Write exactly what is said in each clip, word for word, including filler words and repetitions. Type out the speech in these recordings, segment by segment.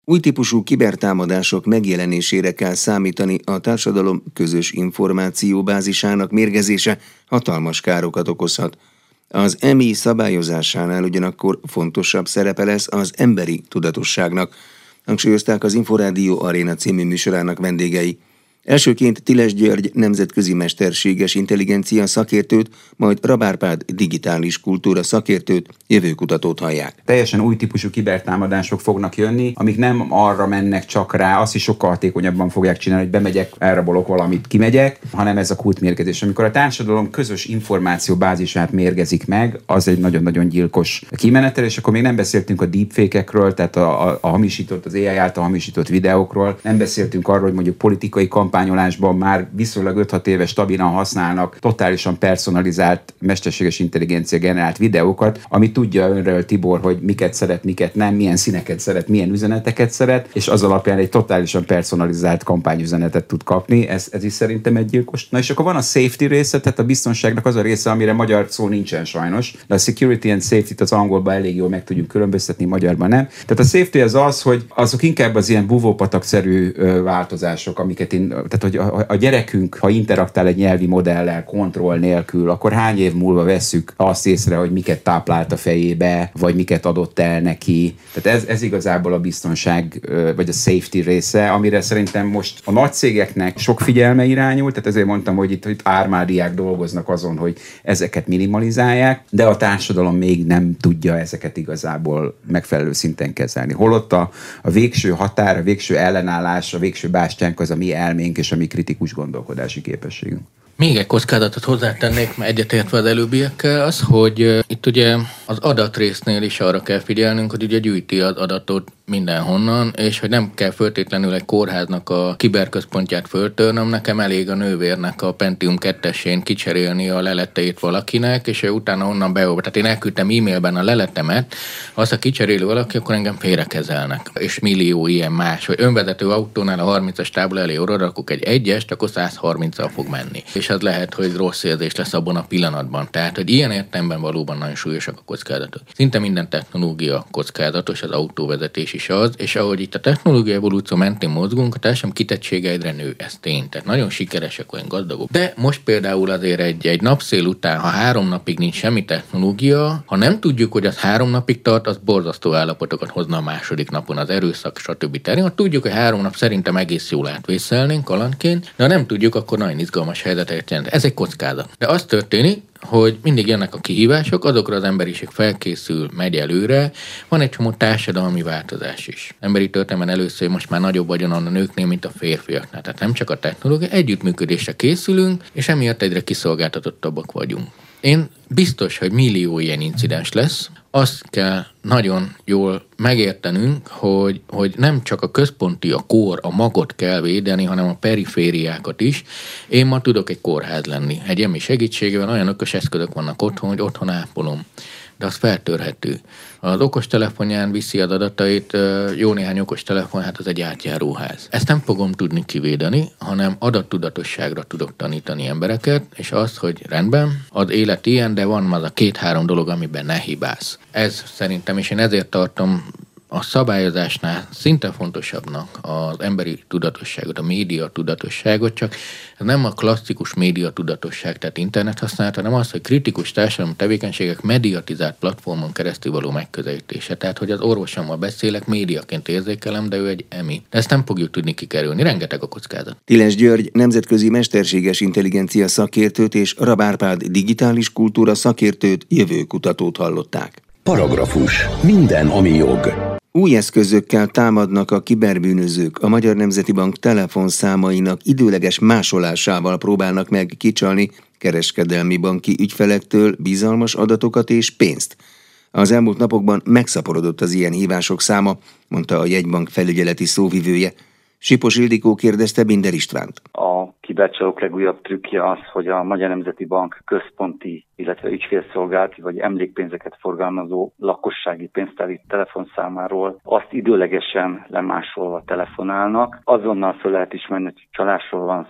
Új típusú kibertámadások megjelenésére kell számítani, a társadalom közös információbázisának mérgezése hatalmas károkat okozhat. Az e em i szabályozásánál ugyanakkor fontosabb szerepe lesz az emberi tudatosságnak, hangsúlyozták az Inforádió Aréna című műsorának vendégei. Elsőként Tiles György nemzetközi mesterséges intelligencia szakértőt, majd Rab Árpád digitális kultúra szakértőt, jövőkutatót hallják. Teljesen új típusú kibertámadások fognak jönni, amik nem arra mennek csak rá, azt is sokkal hatékonyabban fogják csinálni, hogy bemegyek, elrabolok valamit, kimegyek, hanem ez a kultmérgezés. Amikor a társadalom közös információbázisát mérgezik meg, az egy nagyon-nagyon gyilkos kimenetel, és akkor még nem beszéltünk a deepfake-ekről, tehát a, a, a hamisított, az á i által hamisított videókról, nem beszéltünk arról, hogy mondjuk politikai kampányolásban már viszonylag öt-hat éve stabilan használnak totálisan personalizált, mesterséges intelligencia generált videókat, ami tudja önről, Tibor, hogy miket szeret, miket nem, milyen színeket szeret, milyen üzeneteket szeret, és az alapján egy totálisan personalizált kampányüzenetet tud kapni. Ez, ez is szerintem egy gyilkos. Na és akkor van a safety része, tehát a biztonságnak az a része, amire magyar szó nincsen sajnos, de a security and safety-t az angolban elég jól meg tudjuk különböztetni, magyarban nem. Tehát a safety az az, hogy azok inkább az ilyen buvópatakszerű változások, amiket én, tehát hogy a, a gyerekünk, ha interaktál egy nyelvi modellel, kontroll nélkül, akkor hány év múlva vesszük azt észre, hogy miket táplált a fejébe, vagy miket adott el neki. Tehát ez, ez igazából a biztonság, vagy a safety része, amire szerintem most a nagy cégeknek sok figyelme irányul, tehát ezért mondtam, hogy itt, itt ármádiák dolgoznak azon, hogy ezeket minimalizálják, de a társadalom még nem tudja ezeket igazából megfelelő szinten kezelni. Holott a, a végső határ, a végső ellenállás, a végső bástyánk az a mi elménk és a mi kritikus gondolkodási képességünk. Még egy kockázatot hozzátennék, mert egyetértve az előbbiekkel, az, hogy uh, itt ugye az adatrésznél is arra kell figyelnünk, hogy ugye gyűjti az adatot mindenhonnan, és hogy nem kell feltétlenül egy kórháznak a kiberközpontját föltörnöm, nekem elég a nővérnek a Pentium kettesén kicserélni a leleteit valakinek, és ő utána onnan beolva. Tehát én elküldtem e-mailben a leletemet, azt a kicserélő valaki, akkor engem félrekezelnek. És millió ilyen más, hogy önvezető autónál a harmincas tábla elé odarakok egy egyest, akkor száz harminccal fog menni. És az lehet, hogy rossz érzés lesz abban a pillanatban. Tehát, hogy ilyen értelemben valóban nagyon súlyosak a kockázatok. Szinte minden technológia kockázatos, az autóvezetés is az, és ahogy itt a technológia evolúció mentén mozgunk, a társadalom kitettsége egyre nő, ez tény. Tehát nagyon sikeresek, olyan gazdagok. De most például azért egy, egy napszél után, ha három napig nincs semmi technológia, ha nem tudjuk, hogy az három napig tart, az borzasztó állapotokat hozna a második napon, az erőszak, stb. terén. Ha tudjuk, hogy három nap szerintem egész jól átvészelnénk kalandként, de ha nem tudjuk, akkor nagyon izgalmas helyzetet jelent. Ez egy kockázat. De az történik, hogy mindig jönnek a kihívások, azokra az emberiség felkészül, megy előre, van egy csomó társadalmi változás is. Emberi történelemben először most már nagyobb vagyon a nőknél, mint a férfiaknál. Tehát nem csak a technológia, együttműködésre készülünk, és emiatt egyre kiszolgáltatottabbak vagyunk. Én biztos, hogy millió ilyen incidens lesz. Azt kell nagyon jól megértenünk, hogy, hogy nem csak a központi, a kór, a magot kell védeni, hanem a perifériákat is. Én ma tudok egy kórház lenni. Egy emi segítségével olyan ökös eszközök vannak otthon, hogy otthon ápolom. De az feltörhető. Az okostelefonján viszi az adatait, jó néhány okostelefon, hát az egy átjáróház. Ezt nem fogom tudni kivédeni, hanem adattudatosságra tudok tanítani embereket, és az, hogy rendben, az élet ilyen, de van az a két-három dolog, amiben ne hibász. Ez szerintem, és én ezért tartom a szabályozásnál szinte fontosabbnak az emberi tudatosságot, a média tudatosságot, csak ez nem a klasszikus média tudatosság, tehát internet használat, hanem az, hogy kritikus társadalmi tevékenységek mediatizált platformon keresztül való megközelítése. Tehát, hogy az orvosommal beszélek, médiaként érzékelem, de ő egy emi. De ezt nem fogjuk tudni kikerülni, rengeteg a kockázat. Tiles György nemzetközi mesterséges intelligencia szakértőt és Rab Árpád digitális kultúra szakértőt, jövőkutatót hallották. Paragrafus. Minden, ami jog. Új eszközökkel támadnak a kiberbűnözők. A Magyar Nemzeti Bank telefonszámainak időleges másolásával próbálnak meg kicsalni kereskedelmi banki ügyfelektől bizalmas adatokat és pénzt. Az elmúlt napokban megszaporodott az ilyen hívások száma, mondta a jegybank felügyeleti szóvivője. Sipos Ildikó kérdezte Binder Istvánt. A kibercsalók legújabb trükkje az, hogy a Magyar Nemzeti Bank központi, illetve ügyfélszolgálati vagy emlékpénzeket forgalmazó lakossági pénztári telefonszámáról azt időlegesen lemásolva telefonálnak. Azonnal föl lehet ismerni, hogy csalásról van szó,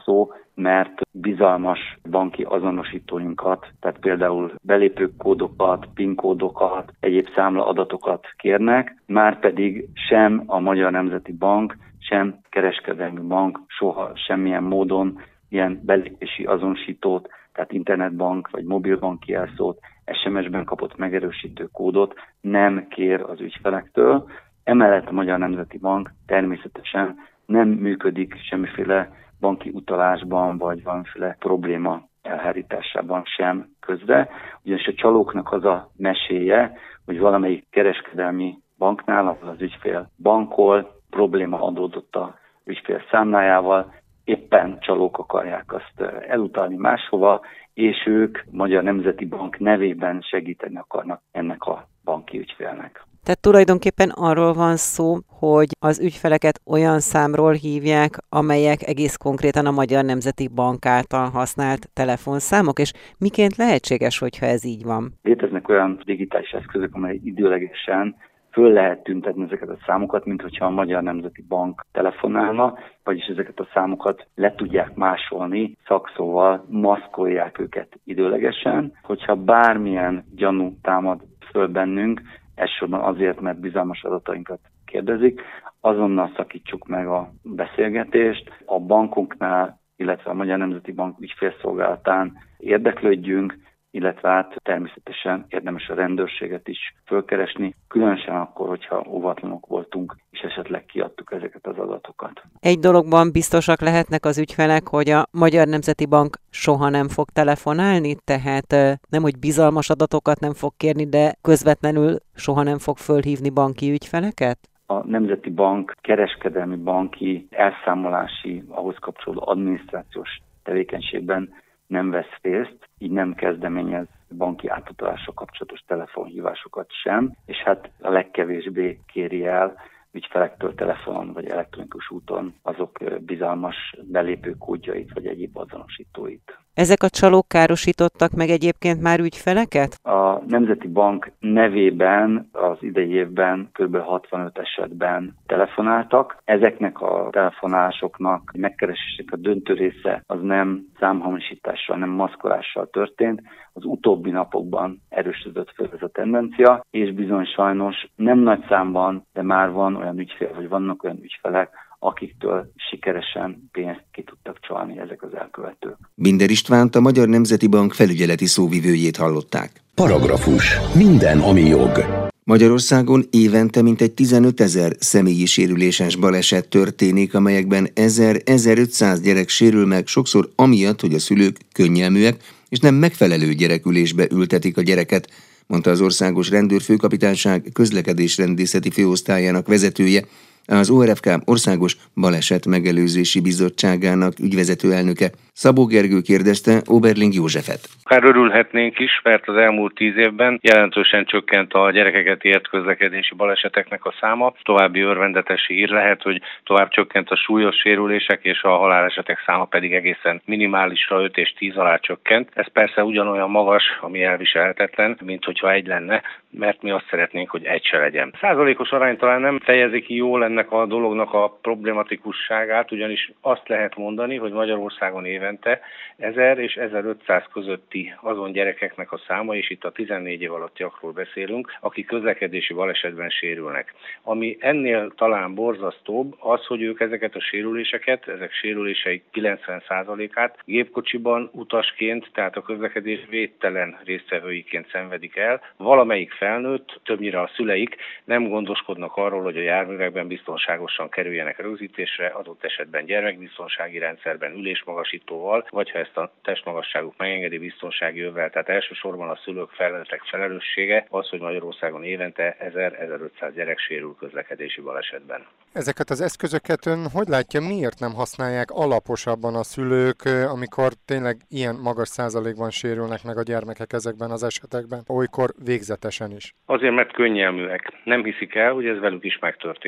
mert bizalmas banki azonosítóinkat, tehát például belépőkódokat, PIN kódokat, egyéb számlaadatokat kérnek, márpedig sem a Magyar Nemzeti Bank, sem kereskedelmi bank soha semmilyen módon ilyen belépési azonosítót, tehát internetbank vagy mobilbanki jelszót, es em es-ben kapott megerősítő kódot nem kér az ügyfelektől. Emellett a Magyar Nemzeti Bank természetesen nem működik semmiféle banki utalásban, vagy valamiféle probléma elhárításában sem közre. Ugyanis a csalóknak az a meséje, hogy valamelyik kereskedelmi banknál, ahol az ügyfél bankol, probléma adódott a ügyfél számlájával, éppen csalók akarják azt elutalni máshova, és ők Magyar Nemzeti Bank nevében segíteni akarnak ennek a banki ügyfélnek. Tehát tulajdonképpen arról van szó, hogy az ügyfeleket olyan számról hívják, amelyek egész konkrétan a Magyar Nemzeti Bank által használt telefonszámok, és miként lehetséges, hogyha ez így van? Léteznek olyan digitális eszközök, amely időlegesen föl lehet tüntetni ezeket a számokat, mint hogyha a Magyar Nemzeti Bank telefonálna, vagyis ezeket a számokat le tudják másolni, szakszóval maszkolják őket időlegesen. Hogyha bármilyen gyanú támad föl bennünk, elsősorban azért, mert bizalmas adatainkat kérdezik, azonnal szakítsuk meg a beszélgetést. A bankunknál, illetve a Magyar Nemzeti Bank ügyfélszolgálatán érdeklődjünk, illetve hát természetesen érdemes a rendőrséget is fölkeresni, különösen akkor, hogyha óvatlanok voltunk, és esetleg kiadtuk ezeket az adatokat. Egy dologban biztosak lehetnek az ügyfelek, hogy a Magyar Nemzeti Bank soha nem fog telefonálni, tehát nem, hogy bizalmas adatokat nem fog kérni, de közvetlenül soha nem fog fölhívni banki ügyfeleket? A Nemzeti Bank kereskedelmi banki elszámolási, ahhoz kapcsolódó adminisztrációs tevékenységben nem vesz részt, így nem kezdeményez banki átutalással kapcsolatos telefonhívásokat sem, és hát a legkevésbé kéri el ügyfelektől telefonon vagy elektronikus úton azok bizalmas belépőkódjait vagy egyéb azonosítóit. Ezek a csalók károsítottak meg egyébként már ügyfeleket? A Nemzeti Bank nevében az idei évben kb. hatvanöt esetben telefonáltak. Ezeknek a telefonálásoknak, megkeresésnek a döntő része az nem számhamisítással, nem maszkolással történt. Az utóbbi napokban erősödött fel ez a tendencia, és bizony sajnos nem nagy számban, de már van olyan ügyfél, vagy vannak olyan ügyfelek, akiktől sikeresen pénzt ki tudtak csalni ezek az elkövetők. Binder Istvánt, a Magyar Nemzeti Bank felügyeleti szóvivőjét hallották. Paragrafus. Minden, ami jog. Magyarországon évente mintegy tizenötezer személyi sérüléses baleset történik, amelyekben ezer-ezerötszáz gyerek sérül meg, sokszor amiatt, hogy a szülők könnyelműek és nem megfelelő gyerekülésbe ültetik a gyereket, mondta az Országos Rendőrfőkapitányság közlekedésrendészeti főosztályának vezetője, az o er ef ká Országos Baleset Megelőzési Bizottságának ügyvezető elnöke. Szabó Gergő kérdezte Oberling Józsefet. Akár örülhetnénk is, mert az elmúlt tíz évben jelentősen csökkent a gyerekeket ért közlekedési baleseteknek a száma. További örvendetes hír lehet, hogy tovább csökkent a súlyos sérülések, és a halálesetek száma pedig egészen minimálisra öt és tíz alá csökkent. Ez persze ugyanolyan magas, ami elviselhetetlen, mint hogyha egy lenne, mert mi azt szeretnénk, hogy egy se legyen. Százalékos arány talán nem fejezi ki jól ennek a dolognak a problematikusságát, ugyanis azt lehet mondani, hogy Magyarországon évente ezer és ezerötszáz közötti azon gyerekeknek a száma, és itt a tizennégy év alattiakról beszélünk, akik közlekedési balesetben sérülnek. Ami ennél talán borzasztóbb az, hogy ők ezeket a sérüléseket, ezek sérüléseik kilencven százalékát gépkocsiban utasként, tehát a közlekedés védtelen résztvevőiként szenvedik el. Valamelyik felnőtt, többnyire a szüleik nem gondoskodnak arról, hogy a járművekben biztonságosan kerüljenek rögzítésre, adott esetben gyermekbiztonsági rendszerben, ülésmagasítóval, vagy ha ezt a testmagasságuk megengedi, biztonsági övvel. Tehát elsősorban a szülők felnőttek felelőssége az, hogy Magyarországon évente ezer-ezerötszáz gyerek sérül közlekedési balesetben. Ezeket az eszközöket ön hogy látja, miért nem használják alaposabban a szülők, amikor tényleg ilyen magas százalékban sérülnek meg a gyermekek ezekben az esetekben, olykor végzetesen is? Azért, mert könnyelműek. Nem hiszik el, hogy ez velük is megtörténhet.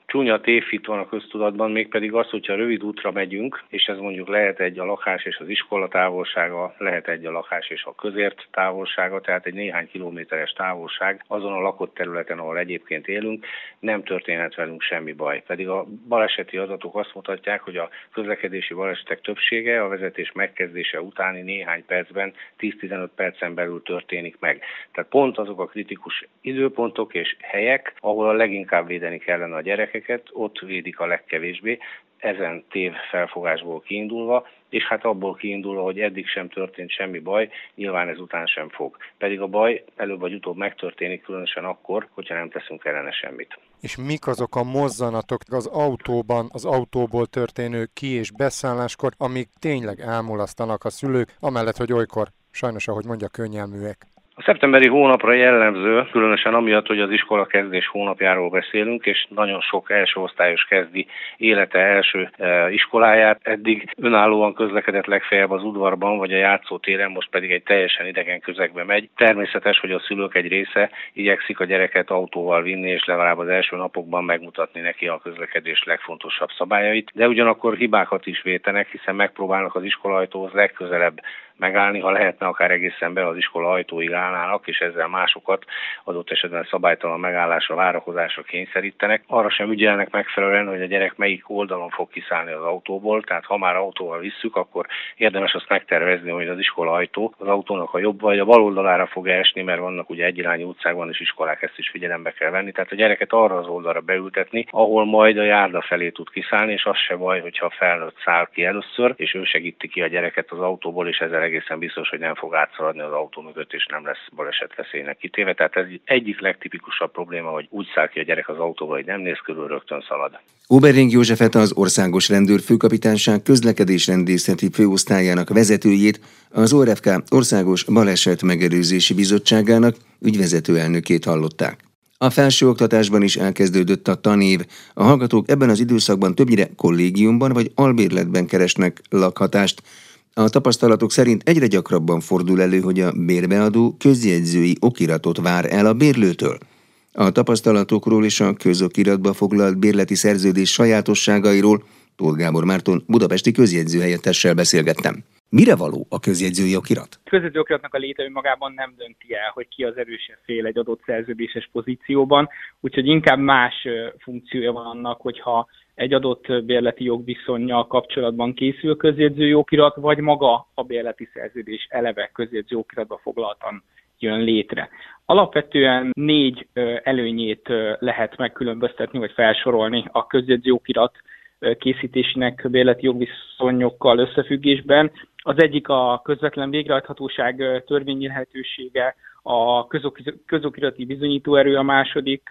csúnya tévhit van a köztudatban, mégpedig az, hogyha rövid útra megyünk, és ez mondjuk lehet egy a lakás és az iskola távolsága, lehet egy a lakás és a közért távolsága, tehát egy néhány kilométeres távolság azon a lakott területen, ahol egyébként élünk, nem történhet velünk semmi baj. Pedig a baleseti adatok azt mutatják, hogy a közlekedési balesetek többsége a vezetés megkezdése utáni néhány percben, tíz-tizenöt percen belül történik meg. Tehát pont azok a kritikus időpontok és helyek, ahol a leginkább védeni kellene a gyerekeket, ott védik a legkevésbé, ezen tév felfogásból kiindulva, és hát abból kiindulva, hogy eddig sem történt semmi baj, nyilván ezután sem fog. Pedig a baj előbb vagy utóbb megtörténik, különösen akkor, hogyha nem teszünk ellene semmit. És mik azok a mozzanatok az autóban, az autóból történő ki- és beszálláskor, amik tényleg elmulasztanak a szülők, amellett, hogy olykor, sajnos, ahogy mondja, könnyelműek? A szeptemberi hónapra jellemző, különösen amiatt, hogy az iskola kezdés hónapjáról beszélünk, és nagyon sok első osztályos kezdi élete első e, iskoláját. Eddig önállóan közlekedett legfeljebb az udvarban vagy a játszótéren, most pedig egy teljesen idegen közegbe megy. Természetes, hogy a szülők egy része igyekszik a gyereket autóval vinni, és legalább az első napokban megmutatni neki a közlekedés legfontosabb szabályait. De ugyanakkor hibákat is vétenek, hiszen megpróbálnak az iskolaajtóhoz legközelebb megállni, ha lehetne, akár egészen be az iskola ajtóig állnának, és ezzel másokat adott esetben szabálytalan megállásra, várakozásra kényszerítenek. Arra sem ügyelnek megfelelően, hogy a gyerek melyik oldalon fog kiszállni az autóból, tehát ha már autóval visszük, akkor érdemes azt megtervezni, hogy az iskola ajtó az autónak a jobb vagy a bal oldalára fog esni, mert vannak ugye egyirányú utcákban és iskolák, ezt is figyelembe kell venni. Tehát a gyereket arra az oldalra beültetni, ahol majd a járda felé tud kiszállni, és az se baj, hogyha a felnőtt száll ki először, és ő segíti ki a gyereket az autóból, és ezzel egészen biztos, hogy nem fog átszaladni az autó mögött, és nem lesz balesetveszélynek kitéve. Tehát ez egyik legtipikusabb probléma, hogy úgy száll ki a gyerek az autóba, hogy nem néz körül, rögtön szalad. Oberring Józsefet, az Országos Rendőrfőkapitányság közlekedésrendészeti főosztályának vezetőjét, az o er ef ká Országos Baleset Megelőzési Bizottságának ügyvezető elnökét hallották. A felsőoktatásban is elkezdődött a tanév. A hallgatók ebben az időszakban többnyire kollégiumban vagy albérletben keresnek lakhatást. A tapasztalatok szerint egyre gyakrabban fordul elő, hogy a bérbeadó közjegyzői okiratot vár el a bérlőtől. A tapasztalatokról és a közokiratba foglalt bérleti szerződés sajátosságairól Tóth Gábor Márton budapesti közjegyzőhelyettessel beszélgettem. Mire való a közjegyzői okirat? A közjegyzői okiratnak a léte önmagában nem dönti el, hogy ki az erősebb fél egy adott szerződéses pozícióban, úgyhogy inkább más funkciója van annak, hogyha egy adott bérleti jogviszonnyal kapcsolatban készül közjegyzői okirat, vagy maga a bérleti szerződés eleve közjegyzői okiratba foglaltan jön létre. Alapvetően négy előnyét lehet megkülönböztetni, vagy felsorolni a közjegyzői okirat készítésének bérleti jogviszonyokkal összefüggésben. Az egyik a közvetlen végrehajthatóság törvényelhetősége, a közokirati bizonyítóerő a második,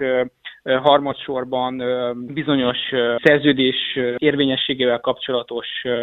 harmadsorban bizonyos szerződés érvényességével kapcsolatos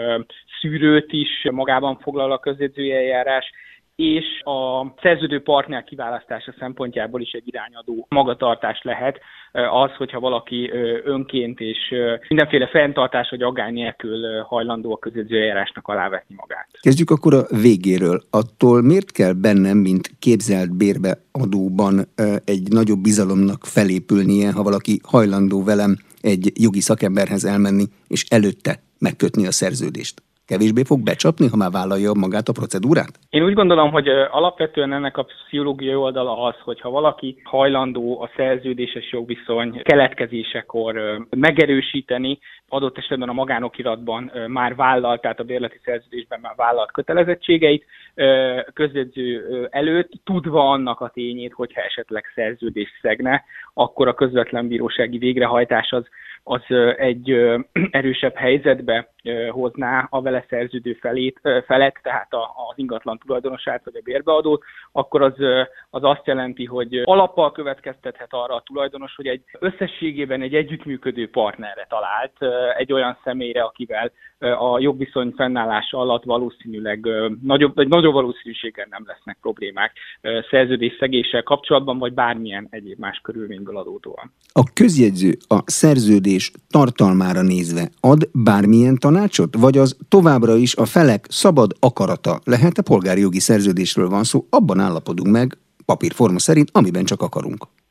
szűrőt is magában foglal a közjegyzői eljárás, és a szerződő partner kiválasztása szempontjából is egy irányadó magatartás lehet az, hogyha valaki önként és mindenféle fenntartás vagy aggály nélkül hajlandó a közjegyzői eljárásnak alávetni magát. Kezdjük akkor a végéről. Attól miért kell bennem, mint képzelt bérbeadóban egy nagyobb bizalomnak felépülnie, ha valaki hajlandó velem egy jogi szakemberhez elmenni, és előtte megkötni a szerződést? Kevésbé fog becsapni, ha már vállalja magát a procedúrát? Én úgy gondolom, hogy alapvetően ennek a pszichológiai oldala az, hogyha valaki hajlandó a szerződéses jogviszony keletkezésekor megerősíteni, adott esetben a magánokiratban már vállalt, tehát a bérleti szerződésben már vállalt kötelezettségeit közjegyző előtt, tudva annak a tényét, hogyha esetleg szerződést szegne, akkor a közvetlen bírósági végrehajtás az az egy erősebb helyzetbe hozná a vele szerződő felét, felett, tehát az ingatlan tulajdonosát vagy a bérbeadót, akkor az, az azt jelenti, hogy alappal következtethet arra a tulajdonos, hogy egy összességében egy együttműködő partnerre talált, egy olyan személyre, akivel a jogviszony fennállása alatt valószínűleg nagyobb, egy nagyobb valószínűséggel nem lesznek problémák szerződésszegéssel kapcsolatban, vagy bármilyen egyéb más körülményből adódóan. A közjegyző a szerződés tartalmára nézve ad bármilyen tanácsot, vagy az továbbra is a felek szabad akarata? Lehet, a polgári jogi szerződésről van szó, abban állapodunk meg papírforma szerint, amiben csak akarunk.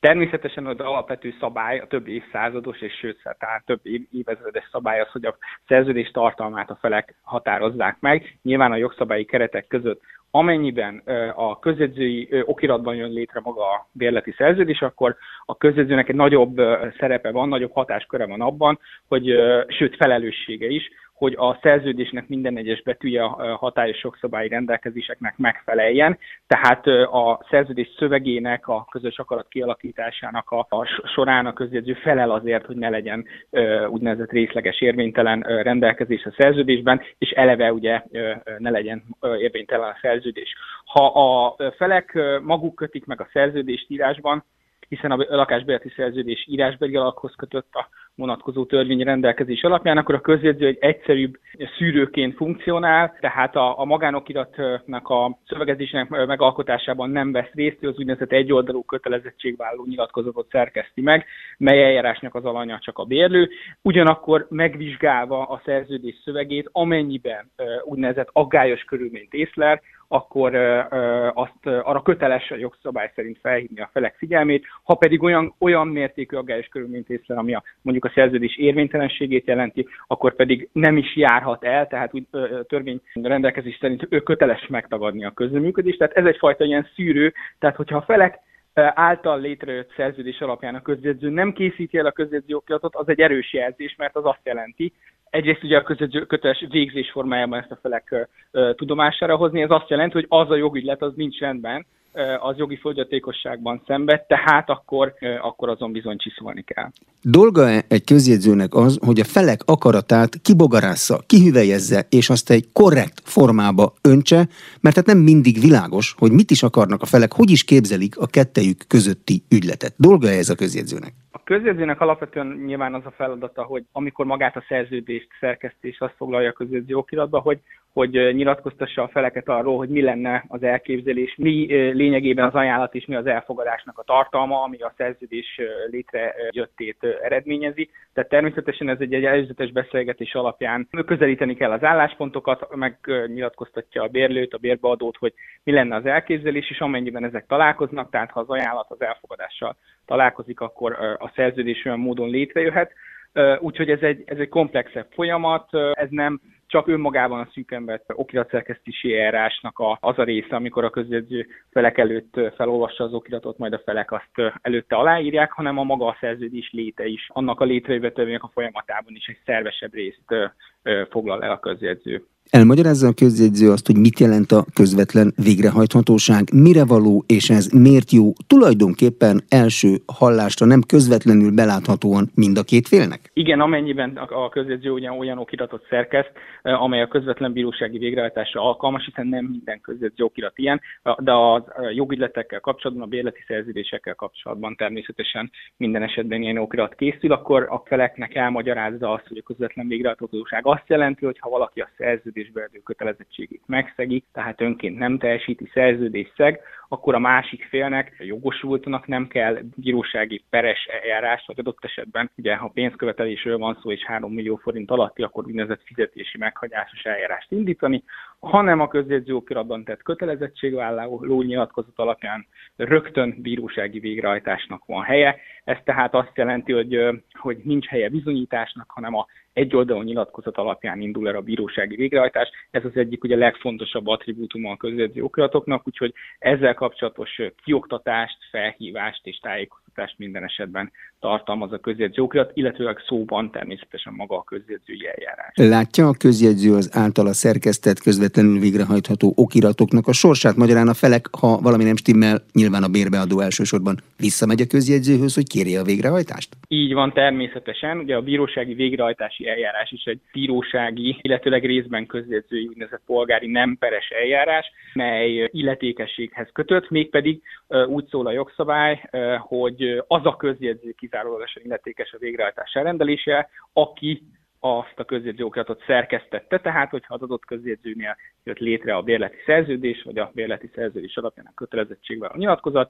Természetesen az alapvető szabály, a több évszázados és sőt, tehát több évezredes szabály az, hogy a szerződés tartalmát a felek határozzák meg. Nyilván a jogszabályi keretek között, amennyiben a közjegyzői okiratban jön létre maga a bérleti szerződés, akkor a közjegyzőnek egy nagyobb szerepe van, nagyobb hatásköre van abban, hogy sőt felelőssége is, hogy a szerződésnek minden egyes betűje a hatályos jogszabályi rendelkezéseknek megfeleljen, tehát a szerződés szövegének, a közös akarat kialakításának a, a során a közjegyző felel azért, hogy ne legyen úgynevezett részleges érvénytelen rendelkezés a szerződésben, és eleve ugye ne legyen érvénytelen a szerződés. Ha a felek maguk kötik meg a szerződést írásban, hiszen a lakásbérleti szerződés írásbeli alakhoz kötött a vonatkozó törvényi rendelkezés alapján, akkor a közjegyző egy egyszerűbb szűrőként funkcionál, tehát a, a magánokiratnak a szövegezésének megalkotásában nem vesz részt, ő az úgynevezett egyoldalú kötelezettségvállaló nyilatkozatot szerkeszti meg, mely eljárásnak az alanya csak a bérlő, ugyanakkor megvizsgálva a szerződés szövegét, amennyiben úgynevezett aggályos körülményt észlel, akkor ö, azt ö, arra köteles a jogszabály szerint felhívni a felek figyelmét, ha pedig olyan, olyan mértékű aggályos körülményt észlel, ami a, mondjuk a szerződés érvénytelenségét jelenti, akkor pedig nem is járhat el, tehát úgy ö, törvény rendelkezés szerint ő köteles megtagadni a közreműködést, tehát ez egyfajta ilyen szűrő, tehát hogyha a felek által létrejött szerződés alapján a közjegyző nem készíti el a közjegyző okiratot, az egy erős jelzés, mert az azt jelenti, egyrészt ugye a közjegyző köteles végzés formájában ezt a felek uh, tudomására hozni, ez azt jelenti, hogy az a jogügylet az nincs rendben, uh, az jogi fogyatékosságban szenved, tehát akkor, uh, akkor azon bizony csiszolni kell. Dolga egy közjegyzőnek az, hogy a felek akaratát kibogarásza, kihüvelyezze, és azt egy korrekt formába öntse, mert hát nem mindig világos, hogy mit is akarnak a felek, hogy is képzelik a kettejük közötti ügyletet. Dolga ez a közjegyzőnek? A közjegyzőnek alapvetően nyilván az a feladata, hogy amikor magát a szerződést szerkesztés, azt foglalja a közjegyző okiratba, hogy, hogy nyilatkoztassa a feleket arról, hogy mi lenne az elképzelés, mi lényegében az ajánlat és mi az elfogadásnak a tartalma, ami a szerződés létrejöttét eredményezi. Tehát természetesen ez egy, egy előzetes beszélgetés alapján közelíteni kell az álláspontokat, megnyilatkoztatja a bérlőt, a bérbeadót, hogy mi lenne az elképzelés, és amennyiben ezek találkoznak, tehát ha az ajánlat az elfogadással találkozik, akkor a szerződés olyan módon létrejöhet. Úgyhogy ez egy, ez egy komplexebb folyamat, ez nem csak önmagában a szűken vett okiratszerkesztési eljárásnak a, az a része, amikor a közjegyző felek előtt felolvassa az okiratot, majd a felek azt előtte aláírják, hanem a maga a szerződés léte is, annak a létrejövetelnek a folyamatában is egy szervesebb részt foglal el a közjegyző. Elmagyarázza a közjegyző azt, hogy mit jelent a közvetlen végrehajthatóság, mire való, és ez miért jó, tulajdonképpen első hallásra nem közvetlenül beláthatóan mind a két félnek? Igen, amennyiben a közjegyző ugyan olyan okiratot szerkeszt, amely a közvetlen bírósági végrehajtásra alkalmas, hiszen nem minden közjegyző okirat ilyen, de a jogügyletekkel kapcsolatban, a bérleti szerződésekkel kapcsolatban természetesen minden esetben ilyen okirat készül, akkor a feleknek elmagyarázza azt, hogy a közvetlen végrehajthatóság azt jelenti, hogy ha valaki a szerződésbe kötelezettségét megszegi, tehát önként nem teljesíti, szerződésszeg, akkor a másik félnek, a jogosultnak nem kell bírósági peres eljárást, vagy adott esetben, ugye ha pénzkövetelésről van szó és három millió forint alatti, akkor úgynevezett fizetési meghagyásos eljárást indítani, hanem a közjegyző okiratban tett kötelezettségvállaló nyilatkozat alapján rögtön bírósági végrehajtásnak van helye. Ez tehát azt jelenti, hogy, hogy nincs helye bizonyításnak, hanem a egyoldalú nyilatkozat alapján indul el a bírósági végrehajtás. Ez az egyik ugye legfontosabb attribútuma a közjegyző okiratoknak, úgyhogy ezzel kapcsolatos kioktatást, felhívást és tájékoztatást minden esetben tartalmaz a közjegyző okirat, illetőleg szóban természetesen maga a közjegyzői eljárás. Látja a közjegyző az általa szerkesztett közvetlenül végrehajtható okiratoknak a sorsát? Magyarán a felek, ha valami nem stimmel, nyilván a bérbeadó elsősorban visszamegy a közjegyzőhöz, hogy kérje a végrehajtást? Így van, természetesen. Ugye a bírósági végrehajtási eljárás is egy bírósági, illetőleg részben közjegyzői úgynevezett polgári nem peres eljárás, mely illetékességhez kötött, mégpedig úgy szól a jogszabály, hogy az a közjegyző kizárólagosan illetékes a végrehajtás elrendelésére, aki azt a közjegyző okiratot szerkesztette, tehát hogyha az adott közjegyzőnél jött létre a bérleti szerződés, vagy a bérleti szerződés alapján a kötelezettségvállaló nyilatkozat,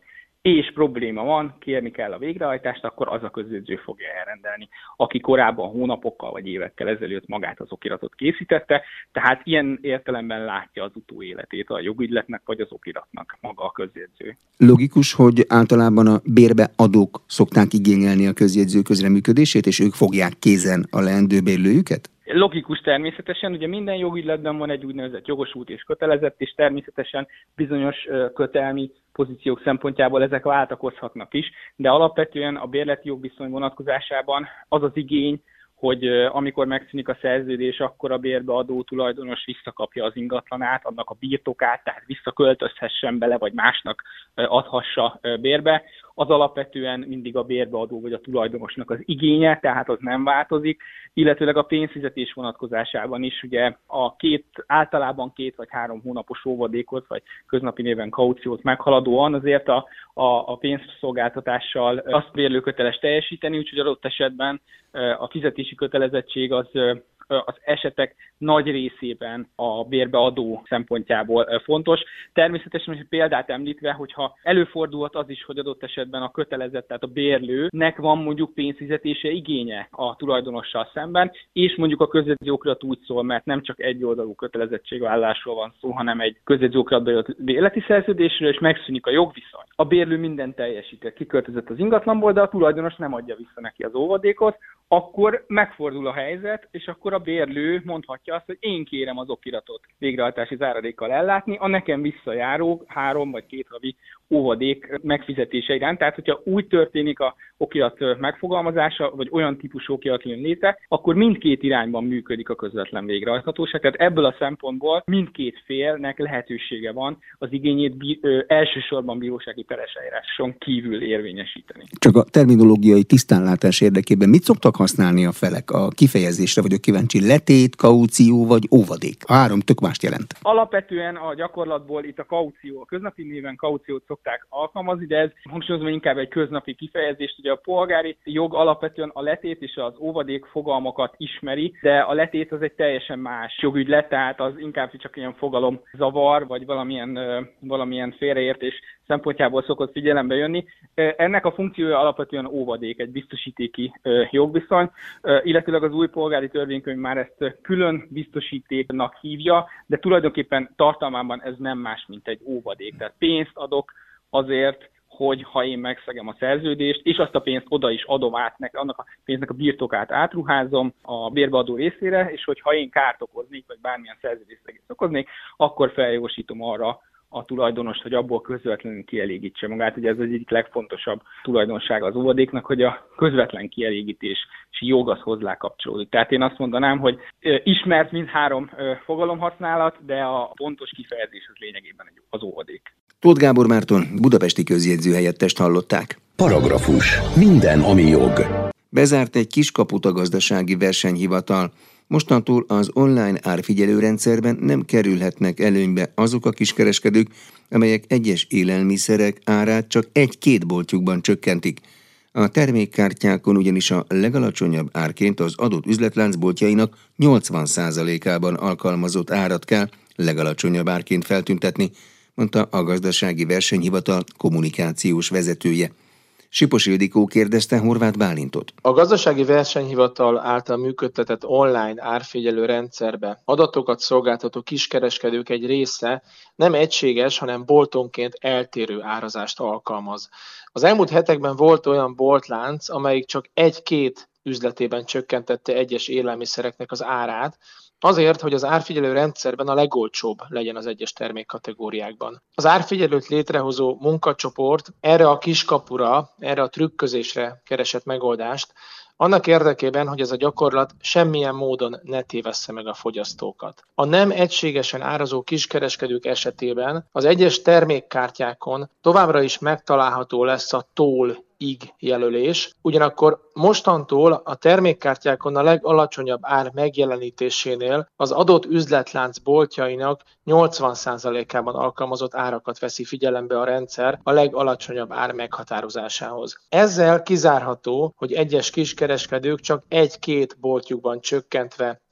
és probléma van, kérni kell a végrehajtást, akkor az a közjegyző fogja elrendelni, aki korábban hónapokkal vagy évekkel ezelőtt magát az okiratot készítette, tehát ilyen értelemben látja az utóéletét a jogügyletnek vagy az okiratnak maga a közjegyző. Logikus, hogy általában a bérbeadók szokták igényelni a közjegyző közreműködését, és ők fogják kézen a leendő bérlőjüket? Logikus természetesen, ugye minden jogügyletben van egy úgynevezett jogosult és kötelezett, és természetesen bizonyos kötelmi pozíciók szempontjából ezek váltakozhatnak is, de alapvetően a bérleti jogviszony vonatkozásában az az igény, hogy amikor megszűnik a szerződés, akkor a bérbeadó tulajdonos visszakapja az ingatlanát, annak a birtokát, tehát visszaköltözhessen bele, vagy másnak adhassa bérbe. Az alapvetően mindig a bérbeadó vagy a tulajdonosnak az igénye, tehát az nem változik, illetőleg a pénzfizetés vonatkozásában is ugye a két, általában két vagy három hónapos óvadékot, vagy köznapi néven kauciót meghaladóan azért a, a, a pénzszolgáltatással azt bérlőköteles teljesíteni, úgyhogy adott esetben a fizetési kötelezettség az az esetek nagy részében a bérbeadó szempontjából fontos. Természetesen, hogy példát említve, hogyha előfordulhat az is, hogy adott esetben a kötelezett, tehát a bérlőnek van mondjuk pénzfizetése igénye a tulajdonossal szemben, és mondjuk a közjegyző okirat úgy szól, mert nem csak egy oldalú kötelezettségvállásról van szó, hanem egy közjegyző okiratba jött bérleti szerződésről, és megszűnik a jogviszony. A bérlő mindent teljesített, kiköltözött az ingatlanból, de a tulajdonos nem adja vissza neki az óvadékot, akkor megfordul a helyzet, és akkor a bérlő mondhatja azt, hogy én kérem az okiratot végrehajtási záradékkal ellátni, a nekem visszajáró három vagy két havi óvadék megfizetése iránt. Tehát, hogyha úgy történik a okirat megfogalmazása, vagy olyan típusú okirat jön létre, akkor mindkét irányban működik a közvetlen végrehajthatóság. Tehát ebből a szempontból mindkét félnek lehetősége van az igényét bí- ö, elsősorban bírósági peres eljáráson kívül érvényesíteni. Csak a terminológiai tisztánlátás érdekében mit szoktak használni a felek a kifejezésre, vagyok kíváncsi, letét, kaució vagy óvadék? A három tök mást jelent. Alapvetően a gyakorlatból itt a kaució, a köznapi néven kauciót szokták alkalmazni, de ez hangsúlyozom inkább egy köznapi kifejezést. Ugye a polgári jog alapvetően a letét és az óvadék fogalmakat ismeri, de a letét az egy teljesen más jogügylet, tehát az inkább csak ilyen fogalomzavar, vagy valamilyen, valamilyen félreértés szempontjából szokott figyelembe jönni. Ennek a funkciója alapvetően óvadék, egy biztosítéki jogviszony, illetőleg az új polgári törvénykönyv már ezt külön biztosítéknak hívja, de tulajdonképpen tartalmában ez nem más, mint egy óvadék. Tehát pénzt adok azért, hogy ha én megszegem a szerződést, és azt a pénzt oda is adom át, nek, annak a pénznek a birtokát átruházom a bérbeadó részére, és hogy ha én kárt okoznék, vagy bármilyen szerződésszegést okoznék, akkor feljogosítom arra a tulajdonost, hogy abból közvetlenül kielégítse magát. Ugye ez az egyik legfontosabb tulajdonsága az óvadéknak, hogy a közvetlen kielégítési jog az hozzá kapcsolódik. Tehát én azt mondanám, hogy ismert mindhárom fogalomhasználat, de a pontos kifejezés az lényegében az óvadék. Tóth Gábor Márton, budapesti közjegyző helyettest hallották. Paragrafus. Minden, ami jog. Bezárt egy kiskaput a gazdasági versenyhivatal. Mostantól az online árfigyelőrendszerben nem kerülhetnek előnybe azok a kiskereskedők, amelyek egyes élelmiszerek árát csak egy-két boltjukban csökkentik. A termékkártyákon ugyanis a legalacsonyabb árként az adott üzletlánc boltjainak nyolcvan százalékában alkalmazott árat kell legalacsonyabb árként feltüntetni, mondta a gazdasági versenyhivatal kommunikációs vezetője. Sipos Ildikó kérdezte Horváth Bálintot. A gazdasági versenyhivatal által működtetett online árfigyelő rendszerbe adatokat szolgáltató kiskereskedők egy része nem egységes, hanem boltonként eltérő árazást alkalmaz. Az elmúlt hetekben volt olyan boltlánc, amelyik csak egy-két üzletében csökkentette egyes élelmiszereknek az árát, azért, hogy az árfigyelő rendszerben a legolcsóbb legyen az egyes termékkategóriákban. Az árfigyelőt létrehozó munkacsoport erre a kiskapura, erre a trükközésre keresett megoldást, annak érdekében, hogy ez a gyakorlat semmilyen módon ne tévessze meg a fogyasztókat. A nem egységesen árazó kiskereskedők esetében az egyes termékkártyákon továbbra is megtalálható lesz a toll ig jelölés, ugyanakkor mostantól a termékkártyákon a legalacsonyabb ár megjelenítésénél az adott üzletlánc boltjainak nyolcvan százalékában alkalmazott árakat veszi figyelembe a rendszer a legalacsonyabb ár meghatározásához. Ezzel kizárható, hogy egyes kiskereskedők csak egy-két boltjukban csökkentve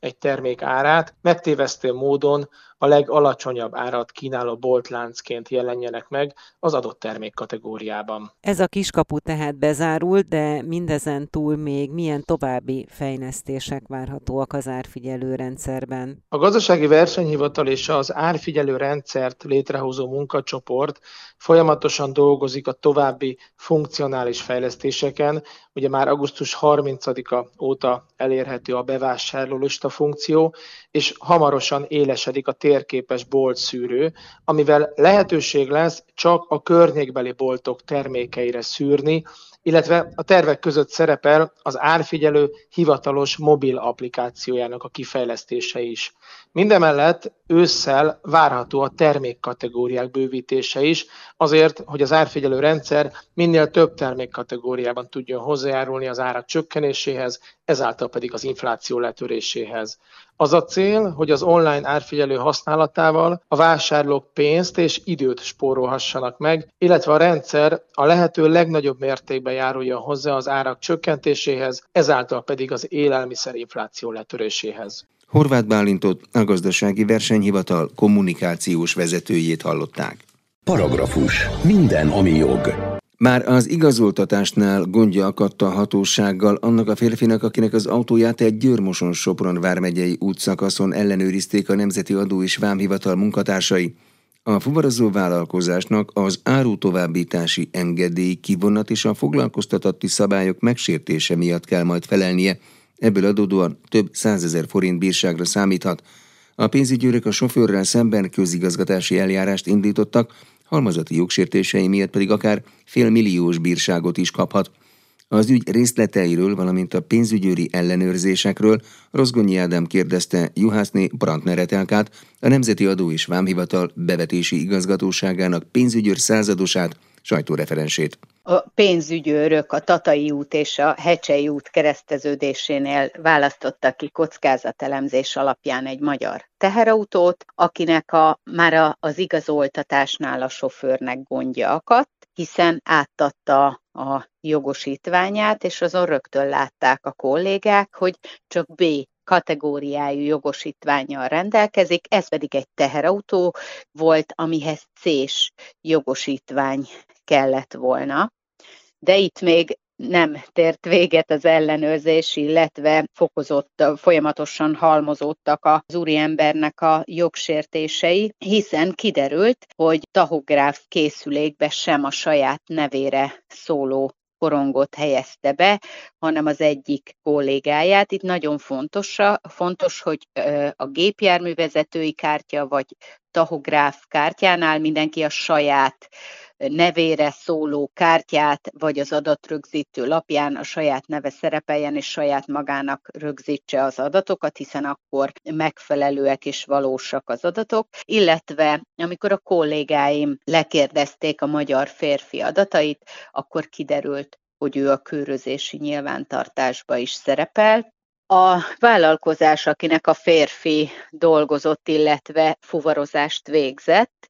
egy termék árát, megtévesztő módon a legalacsonyabb árat kínáló boltláncként jelenjenek meg az adott termék kategóriában. Ez a kiskapu tehát bezárult, de mindezen túl még milyen további fejlesztések várhatóak az árfigyelő rendszerben? A Gazdasági Versenyhivatal és az árfigyelő rendszert létrehozó munkacsoport folyamatosan dolgozik a további funkcionális fejlesztéseken. Ugye már augusztus harmincadika óta elérhető a bevásárlólista funkció, és hamarosan élesedik a térképes boltszűrő, amivel lehetőség lesz csak a környékbeli boltok termékeire szűrni, illetve a tervek között szerepel az árfigyelő hivatalos mobil applikációjának a kifejlesztése is. Mindemellett ősszel várható a termékkategóriák bővítése is, azért, hogy az árfigyelő rendszer minél több termékkategóriában tudjon hozzájárulni az árak csökkenéséhez, ezáltal pedig az infláció letöréséhez. Az a cél, hogy az online árfigyelő használatával a vásárlók pénzt és időt spórolhassanak meg, illetve a rendszer a lehető legnagyobb mértékben járuljon hozzá az árak csökkentéséhez, ezáltal pedig az élelmiszerinfláció letöréséhez. Horváth Bálintot, a Gazdasági Versenyhivatal kommunikációs vezetőjét hallották. Paragrafus. Minden, ami jog. Már az igazoltatásnál gondja akadt a hatósággal annak a férfinak, akinek az autóját egy Győr-Moson-Sopron vármegyei útszakaszon ellenőrizték a Nemzeti Adó és Vámhivatal munkatársai. A fuvarozó vállalkozásnak az árutovábbítási engedély kivonat és a foglalkoztatatti szabályok megsértése miatt kell majd felelnie. Ebből adódóan több százezer forint bírságra számíthat. A pénzügyőrök a sofőrrel szemben közigazgatási eljárást indítottak, halmazati jogsértései miatt pedig akár félmilliós bírságot is kaphat. Az ügy részleteiről, valamint a pénzügyőri ellenőrzésekről Rozgonyi Ádám kérdezte Juhászné Brandner Etelkát, a Nemzeti Adó és Vámhivatal bevetési igazgatóságának pénzügyőr századosát, sajtóreferensét. A pénzügyőrök a Tatai út és a Hecsei út kereszteződésénél választottak ki kockázatelemzés alapján egy magyar teherautót, akinek a, már a, az igazoltatásnál a sofőrnek gondja akadt, hiszen átadta a jogosítványát, és azon rögtön látták a kollégák, hogy csak B kategóriájú jogosítvánnyal rendelkezik, ez pedig egy teherautó volt, amihez C-s jogosítvány kellett volna. De itt még nem tért véget az ellenőrzés, illetve fokozott, folyamatosan halmozódtak az úriembernek a jogsértései, hiszen kiderült, hogy tahográf készülékbe sem a saját nevére szóló korongot helyezte be, hanem az egyik kollégáját. Itt nagyon fontos, fontos, hogy a gépjárművezetői kártya vagy tahográf kártyánál mindenki a saját nevére szóló kártyát, vagy az adatrögzítő lapján a saját neve szerepeljen, és saját magának rögzítse az adatokat, hiszen akkor megfelelőek és valósak az adatok, illetve amikor a kollégáim lekérdezték a magyar férfi adatait, akkor kiderült, hogy ő a kőrözési nyilvántartásba is szerepel. A vállalkozás, akinek a férfi dolgozott, illetve fuvarozást végzett,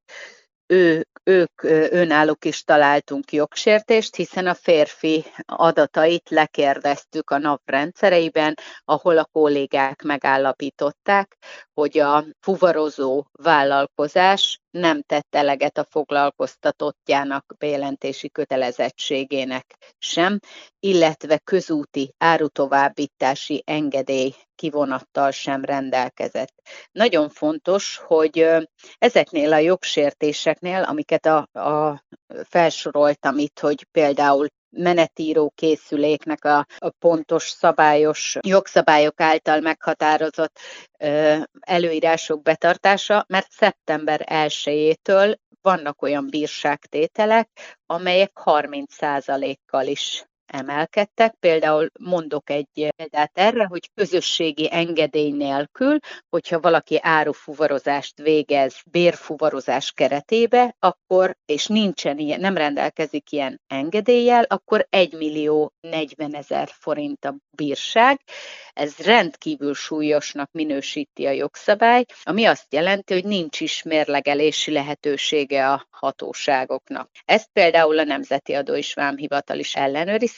ő, ők önálluk is találtunk jogsértést, hiszen a férfi adatait lekérdeztük a NAV rendszereiben, ahol a kollégák megállapították, hogy a fuvarozó vállalkozás nem tett eleget a foglalkoztatottjának bejelentési kötelezettségének sem, illetve közúti árutovábbítási engedély kivonattal sem rendelkezett. Nagyon fontos, hogy ezeknél a jogsértéseknél, amiket a, a felsoroltam itt, hogy például menetíró készüléknek a, a pontos szabályos jogszabályok által meghatározott ö, előírások betartása, mert szeptember elsejétől vannak olyan bírságtételek, amelyek harminc százalékkal is emelkedtek. Például mondok egy példát erre, hogy közösségi engedély nélkül, hogyha valaki árufuvarozást végez bérfuvarozás keretébe, akkor, és nincsen ilyen, nem rendelkezik ilyen engedéllyel, akkor egy millió negyvenezer forint a bírság. Ez rendkívül súlyosnak minősíti a jogszabály, ami azt jelenti, hogy nincs is mérlegelési lehetősége a hatóságoknak. Ezt például a Nemzeti Adó és Vámhivatal is ellenőrizhet,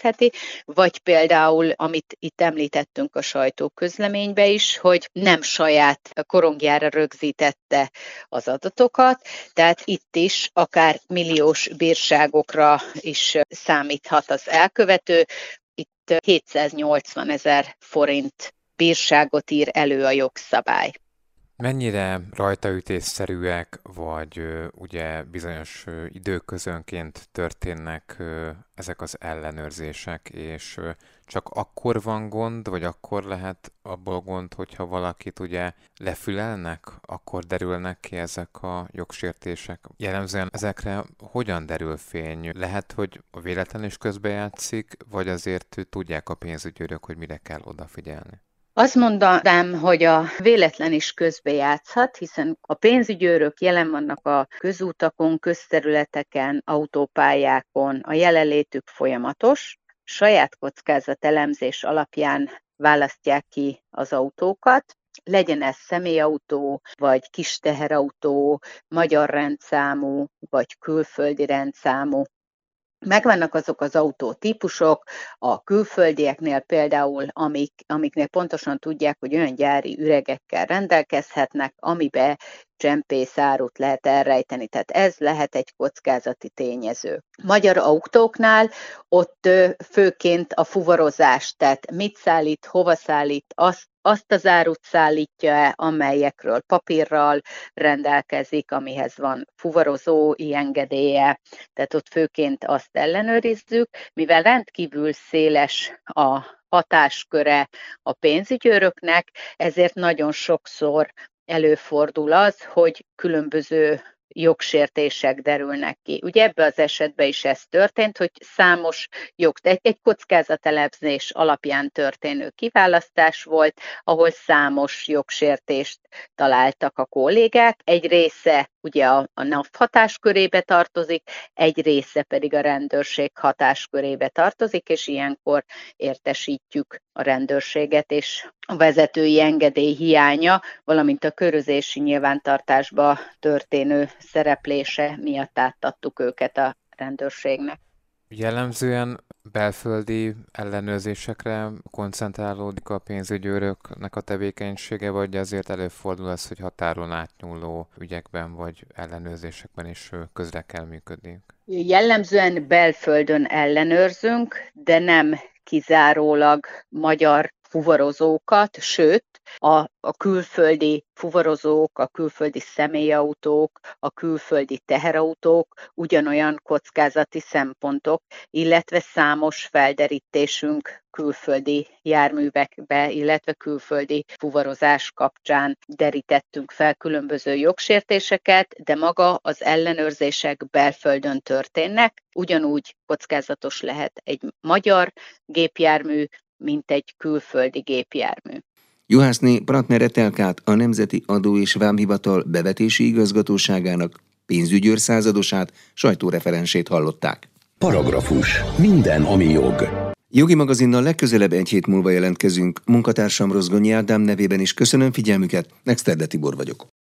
ellenőrizheti, vagy például, amit itt említettünk a sajtóközleménybe is, hogy nem saját korongjára rögzítette az adatokat, tehát itt is akár milliós bírságokra is számíthat az elkövető. Itt hétszáznyolcvan ezer forint bírságot ír elő a jogszabály. Mennyire rajtaütésszerűek, vagy ö, ugye bizonyos ö, időközönként történnek ö, ezek az ellenőrzések, és ö, csak akkor van gond, vagy akkor lehet abból gond, hogyha valakit ugye lefülelnek, akkor derülnek ki ezek a jogsértések. Jellemzően ezekre hogyan derül fény? Lehet, hogy a véletlen is közbejátszik, vagy azért tudják a pénzügyőrök, hogy mire kell odafigyelni? Azt mondanám, hogy a véletlen is közbejátszhat, hiszen a pénzügyőrök jelen vannak a közútakon, közterületeken, autópályákon, a jelenlétük folyamatos, saját kockázatelemzés alapján választják ki az autókat, legyen ez személyautó, vagy kis teherautó, magyar rendszámú, vagy külföldi rendszámú. Megvannak azok az autótípusok, a külföldieknél például, amik, amiknél pontosan tudják, hogy olyan gyári üregekkel rendelkezhetnek, amibe csempészárut lehet elrejteni. Tehát ez lehet egy kockázati tényező. Magyar autóknál ott főként a fuvarozás, tehát mit szállít, hova szállít, azt, azt az árut szállítja-e, amelyekről papírral rendelkezik, amihez van fuvarozói engedélye, tehát ott főként azt ellenőrizzük, mivel rendkívül széles a hatásköre a pénzügyőröknek, ezért nagyon sokszor előfordul az, hogy különböző jogsértések derülnek ki. Ugye ebben az esetben is ez történt, hogy számos jog, egy, egy kockázatelemzés alapján történő kiválasztás volt, ahol számos jogsértést találtak a kollégák. Egy része ugye a, a NAV hatáskörébe tartozik, egy része pedig a rendőrség hatáskörébe tartozik, és ilyenkor értesítjük a rendőrséget, és a vezetői engedély hiánya, valamint a körözési nyilvántartásba történő szereplése miatt átadtuk őket a rendőrségnek. Jellemzően belföldi ellenőrzésekre koncentrálódik a pénzügyőröknek a tevékenysége, vagy azért előfordul az, hogy határon átnyúló ügyekben vagy ellenőrzésekben is közre kell működni? Jellemzően belföldön ellenőrzünk, de nem kizárólag magyar fuvarozókat, sőt, a, a külföldi fuvarozók, a külföldi személyautók, a külföldi teherautók ugyanolyan kockázati szempontok, illetve számos felderítésünk külföldi járművekbe, illetve külföldi fuvarozás kapcsán derítettünk fel különböző jogsértéseket, de maga az ellenőrzések belföldön történnek, ugyanúgy kockázatos lehet egy magyar gépjármű, mint egy külföldi gépjármű. Juhászné Pratner Etelkát, a Nemzeti Adó és Vámhivatal bevetési igazgatóságának pénzügyőr századosát, sajtóreferensét hallották. Paragrafus. Minden, ami jog. Jogi magazinnal legközelebb egy hét múlva jelentkezünk. Munkatársam Rozgonyi Ádám nevében is köszönöm figyelmüket, Exterde Tibor vagyok.